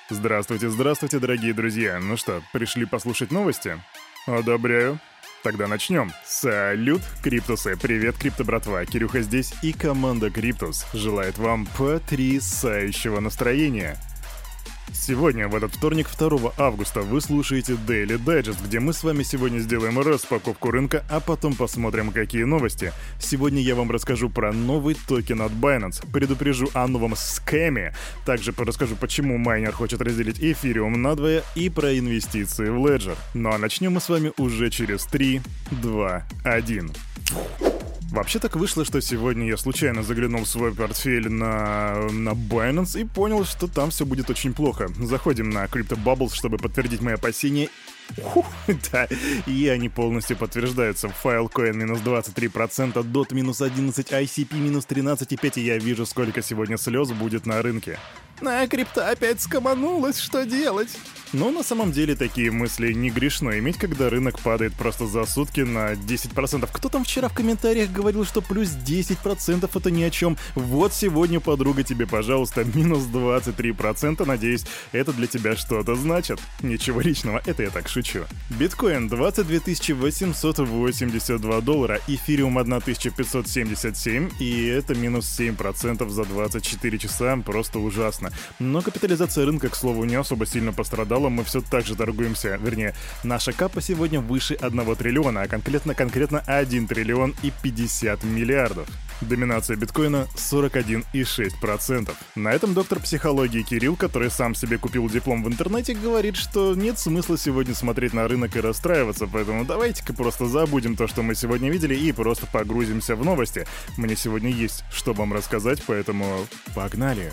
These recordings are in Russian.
Здравствуйте, дорогие друзья. Ну что, пришли послушать новости? Одобряю. Тогда начнем. Салют, Криптусы. Привет, Крипто-братва. Кирюха здесь и команда Криптус желает вам потрясающего настроения. Сегодня, в этот вторник, 2 августа, вы слушаете Daily Digest, где мы с вами сегодня сделаем распаковку рынка, а потом посмотрим, какие новости. Сегодня я вам расскажу про новый токен от Binance, предупрежу о новом скэме, также расскажу, почему майнер хочет разделить эфириум надвое, и про инвестиции в Ledger. Ну а начнем мы с вами уже через 3, 2, 1. Вообще так вышло, что сегодня я случайно заглянул в свой портфель на Binance и понял, что там все будет очень плохо. Заходим на CryptoBubbles, чтобы подтвердить мои опасения. Да, и они полностью подтверждаются. Filecoin минус 23%, DOT минус 11%, ICP минус 13,5%, и я вижу, сколько сегодня слез будет на рынке. А крипта опять скоманулась, что делать? Но на самом деле такие мысли не грешно иметь, когда рынок падает просто за сутки на 10%. Кто там вчера в комментариях говорил, что плюс 10% это ни о чем? Вот сегодня, подруга, тебе, пожалуйста, минус 23%. Надеюсь, это для тебя что-то значит. Ничего личного, это я так шучу. Биткоин $22 882, эфириум 1577, и это минус 7% за 24 часа, просто ужасно. Но капитализация рынка, к слову, не особо сильно пострадала, мы все так же торгуемся, вернее, наша капа сегодня выше 1 триллиона, а конкретно 1 триллион и 50 миллиардов. Доминация биткоина 41,6%. На этом доктор психологии Кирилл, который сам себе купил диплом в интернете, говорит, что нет смысла сегодня смотреть на рынок и расстраиваться, поэтому давайте-ка просто забудем то, что мы сегодня видели, и просто погрузимся в новости. Мне сегодня есть что вам рассказать, поэтому погнали.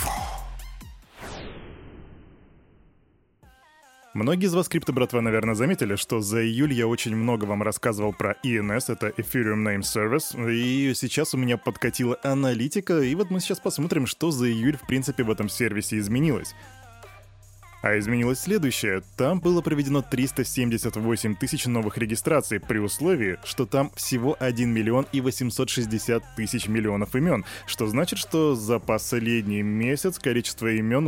Многие из вас, крипто-братва, наверное, заметили, что за июль я очень много вам рассказывал про ENS, это Ethereum Name Service, и сейчас у меня подкатила аналитика, и вот мы сейчас посмотрим, что за июль, в принципе, в этом сервисе изменилось. А изменилось следующее. Там было проведено 378 тысяч новых регистраций, при условии, что там всего 1 миллион и 860 тысяч миллионов имен. Что значит, что за последний месяц количество имен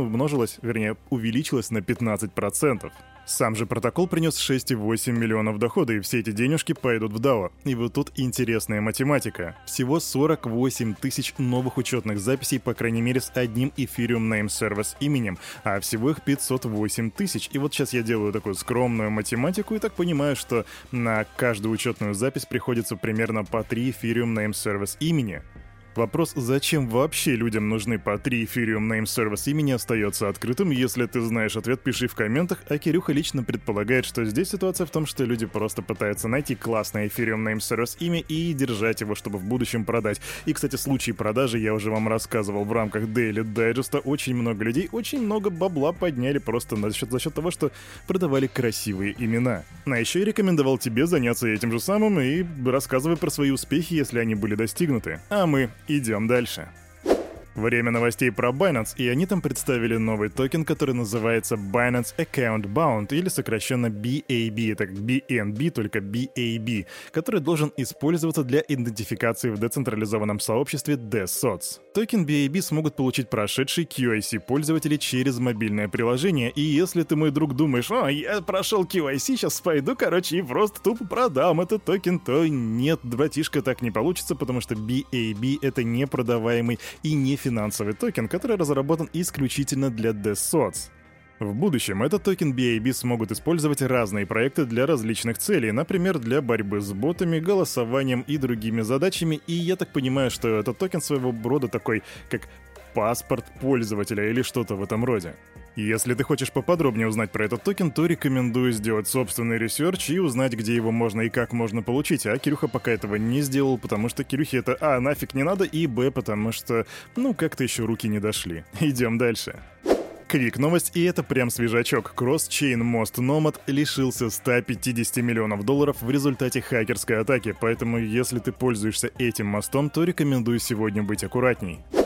увеличилось на 15%. Сам же протокол принес 6,8 миллионов дохода, и все эти денежки пойдут в DAO. И вот тут интересная математика. Всего 48 тысяч новых учетных записей, по крайней мере, с одним Ethereum Name Service именем, а всего их 508 тысяч. И вот сейчас я делаю такую скромную математику и так понимаю, что на каждую учетную запись приходится примерно по 3 Ethereum Name Service имени. Вопрос, зачем вообще людям нужны по 3 Ethereum Name Service имени, остается открытым. Если ты знаешь ответ, пиши в комментах, а Кирюха лично предполагает, что здесь ситуация в том, что люди просто пытаются найти классное Ethereum Name Service имя и держать его, чтобы в будущем продать. И, кстати, случай продажи я уже вам рассказывал в рамках Daily Digest. Очень много людей, очень много бабла подняли просто за счет того, что продавали красивые имена. А еще я рекомендовал тебе заняться этим же самым и рассказывай про свои успехи, если они были достигнуты. А мы идем дальше. Время новостей про Binance, и они там представили новый токен, который называется Binance Account Bound, или сокращенно BAB, это как BNB, только BAB, который должен использоваться для идентификации в децентрализованном сообществе DeSots. Токен BAB смогут получить прошедшие QIC пользователи через мобильное приложение, и если ты, мой друг, думаешь, я прошел QIC, сейчас пойду, и просто тупо продам этот токен, то нет, братишка, так не получится, потому что BAB — это непродаваемый и не финансовый токен, который разработан исключительно для DeSots. В будущем этот токен BAB смогут использовать разные проекты для различных целей, например, для борьбы с ботами, голосованием и другими задачами, и я так понимаю, что этот токен своего рода такой, как паспорт пользователя или что-то в этом роде. Если ты хочешь поподробнее узнать про этот токен, то рекомендую сделать собственный ресерч и узнать, где его можно и как можно получить, а Кирюха пока этого не сделал, потому что Кирюхе это нафиг не надо, и потому что, как-то еще руки не дошли. Идем дальше. Квик новость, и это прям свежачок. Кросс-чейн мост Nomad лишился $150 миллионов в результате хакерской атаки, поэтому если ты пользуешься этим мостом, то рекомендую сегодня быть аккуратней.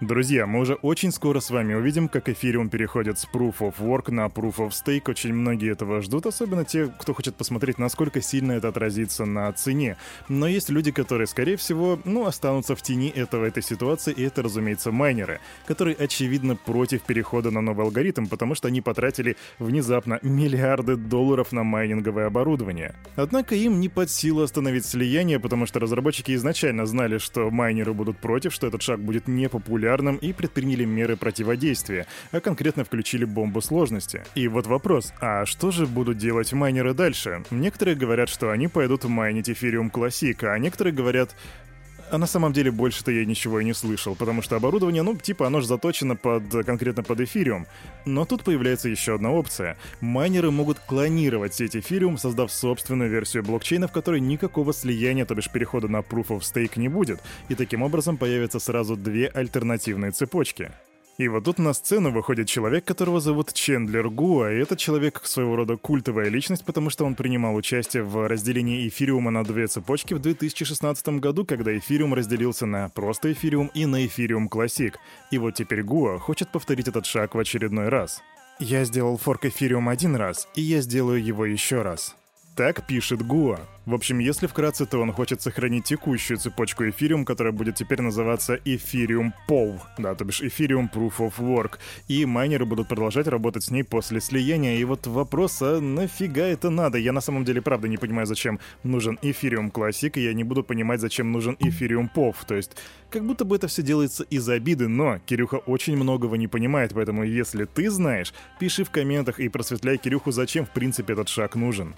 Друзья, мы уже очень скоро с вами увидим, как эфириум переходит с Proof of Work на Proof of Stake. Очень многие этого ждут, особенно те, кто хочет посмотреть, насколько сильно это отразится на цене. Но есть люди, которые, скорее всего, останутся в тени этой ситуации, и это, разумеется, майнеры, которые, очевидно, против перехода на новый алгоритм, потому что они потратили внезапно миллиарды долларов на майнинговое оборудование. Однако им не под силу остановить слияние, потому что разработчики изначально знали, что майнеры будут против, что этот шаг будет непопулярным, и предприняли меры противодействия, а конкретно включили бомбу сложности. И вот вопрос, а что же будут делать майнеры дальше? Некоторые говорят, что они пойдут майнить Ethereum Classic, а некоторые говорят... А на самом деле больше-то я ничего и не слышал, потому что оборудование, оно же заточено конкретно под эфириум. Но тут появляется еще одна опция. Майнеры могут клонировать сеть эфириум, создав собственную версию блокчейна, в которой никакого слияния, то бишь перехода на Proof of Stake не будет. И таким образом появятся сразу две альтернативные цепочки. И вот тут на сцену выходит человек, которого зовут Чендлер Гуа, и этот человек своего рода культовая личность, потому что он принимал участие в разделении эфириума на две цепочки в 2016 году, когда эфириум разделился на просто эфириум и на эфириум Classic. И вот теперь Гуа хочет повторить этот шаг в очередной раз. «Я сделал форк эфириум один раз, и я сделаю его еще раз». Так пишет Гуа. В общем, если вкратце, то он хочет сохранить текущую цепочку эфириум, которая будет теперь называться Ethereum POW, то бишь Ethereum Proof of Work, и майнеры будут продолжать работать с ней после слияния. И вот вопрос, а нафига это надо? Я на самом деле правда не понимаю, зачем нужен Ethereum Classic, и я не буду понимать, зачем нужен Ethereum POW. То есть, как будто бы это все делается из обиды, но Кирюха очень многого не понимает, поэтому если ты знаешь, пиши в комментах и просветляй Кирюху, зачем в принципе этот шаг нужен.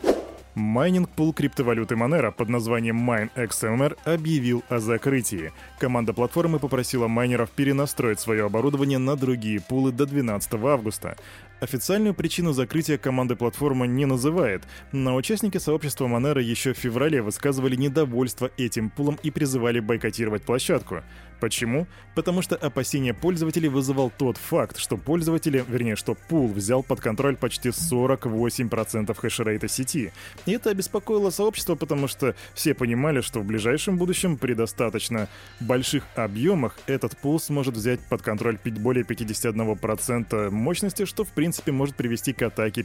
Майнинг-пул криптовалюты Monero под названием MineXMR объявил о закрытии. Команда платформы попросила майнеров перенастроить свое оборудование на другие пулы до 12 августа. Официальную причину закрытия команда платформы не называет, но участники сообщества Monero еще в феврале высказывали недовольство этим пулом и призывали бойкотировать площадку. Почему? Потому что опасения пользователей вызывал тот факт, что что пул взял под контроль почти 48% хешрейта сети. И это обеспокоило сообщество, потому что все понимали, что в ближайшем будущем при достаточно больших объемах этот пул сможет взять под контроль более 51% мощности, что в принципе может привести к атаке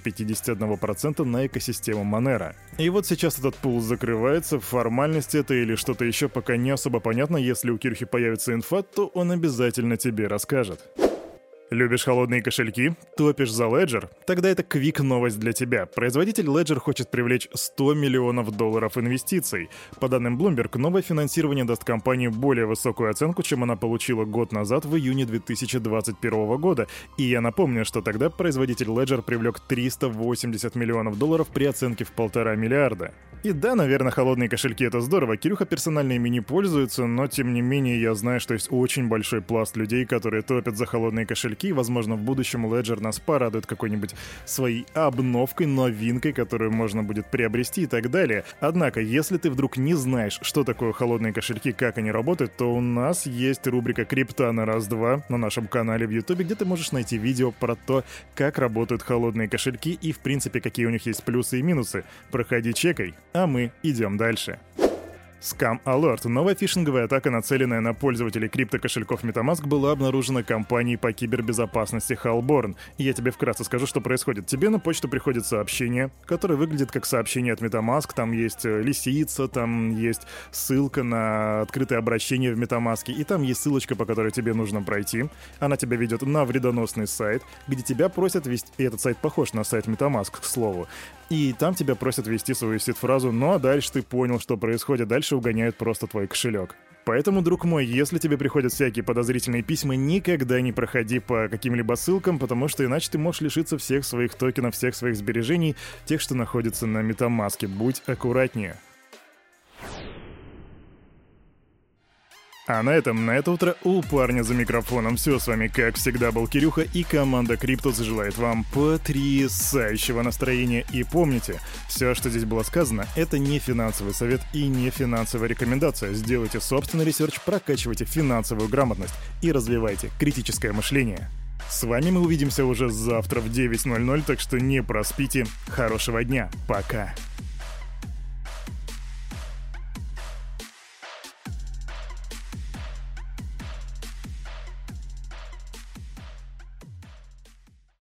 51% на экосистему Monero. И вот сейчас этот пул закрывается, формальность это или что-то еще пока не особо понятно. Если у Кирюхи появится инфа, то он обязательно тебе расскажет. Любишь холодные кошельки? Топишь за Ledger? Тогда это квик-новость для тебя. Производитель Ledger хочет привлечь $100 миллионов инвестиций. По данным Bloomberg, новое финансирование даст компании более высокую оценку, чем она получила год назад в июне 2021 года. И я напомню, что тогда производитель Ledger привлек $380 миллионов при оценке в $1,5 миллиарда. И да, наверное, холодные кошельки — это здорово. Кирюха персонально ими не пользуется, но тем не менее я знаю, что есть очень большой пласт людей, которые топят за холодные кошельки. Возможно, в будущем Ledger нас порадует какой-нибудь своей обновкой, новинкой, которую можно будет приобрести и так далее. Однако, если ты вдруг не знаешь, что такое холодные кошельки, как они работают, то у нас есть рубрика «Крипта на раз-два» на нашем канале в YouTube, где ты можешь найти видео про то, как работают холодные кошельки и, в принципе, какие у них есть плюсы и минусы. Проходи, чекай, а мы идем дальше. Scam Alert. Новая фишинговая атака, нацеленная на пользователей криптокошельков MetaMask, была обнаружена компанией по кибербезопасности Halborn. И я тебе вкратце скажу, что происходит. Тебе на почту приходит сообщение, которое выглядит как сообщение от MetaMask. Там есть лисица, там есть ссылка на открытое обращение в MetaMask, и там есть ссылочка, по которой тебе нужно пройти. Она тебя ведет на вредоносный сайт, где тебя просят ввести... И этот сайт похож на сайт MetaMask, к слову. И там тебя просят ввести свою сид-фразу, ну а дальше ты понял, что происходит. Дальше угоняют просто твой кошелек. Поэтому, друг мой, если тебе приходят всякие подозрительные письма, никогда не проходи по каким-либо ссылкам, потому что иначе ты можешь лишиться всех своих токенов, всех своих сбережений, тех, что находятся на MetaMask. Будь аккуратнее. А на это утро у парня за микрофоном все. С вами, как всегда, был Кирюха, и команда Криптус желает вам потрясающего настроения. И помните, все, что здесь было сказано, это не финансовый совет и не финансовая рекомендация. Сделайте собственный ресерч, прокачивайте финансовую грамотность и развивайте критическое мышление. С вами мы увидимся уже завтра в 9:00, так что не проспите. Хорошего дня. Пока.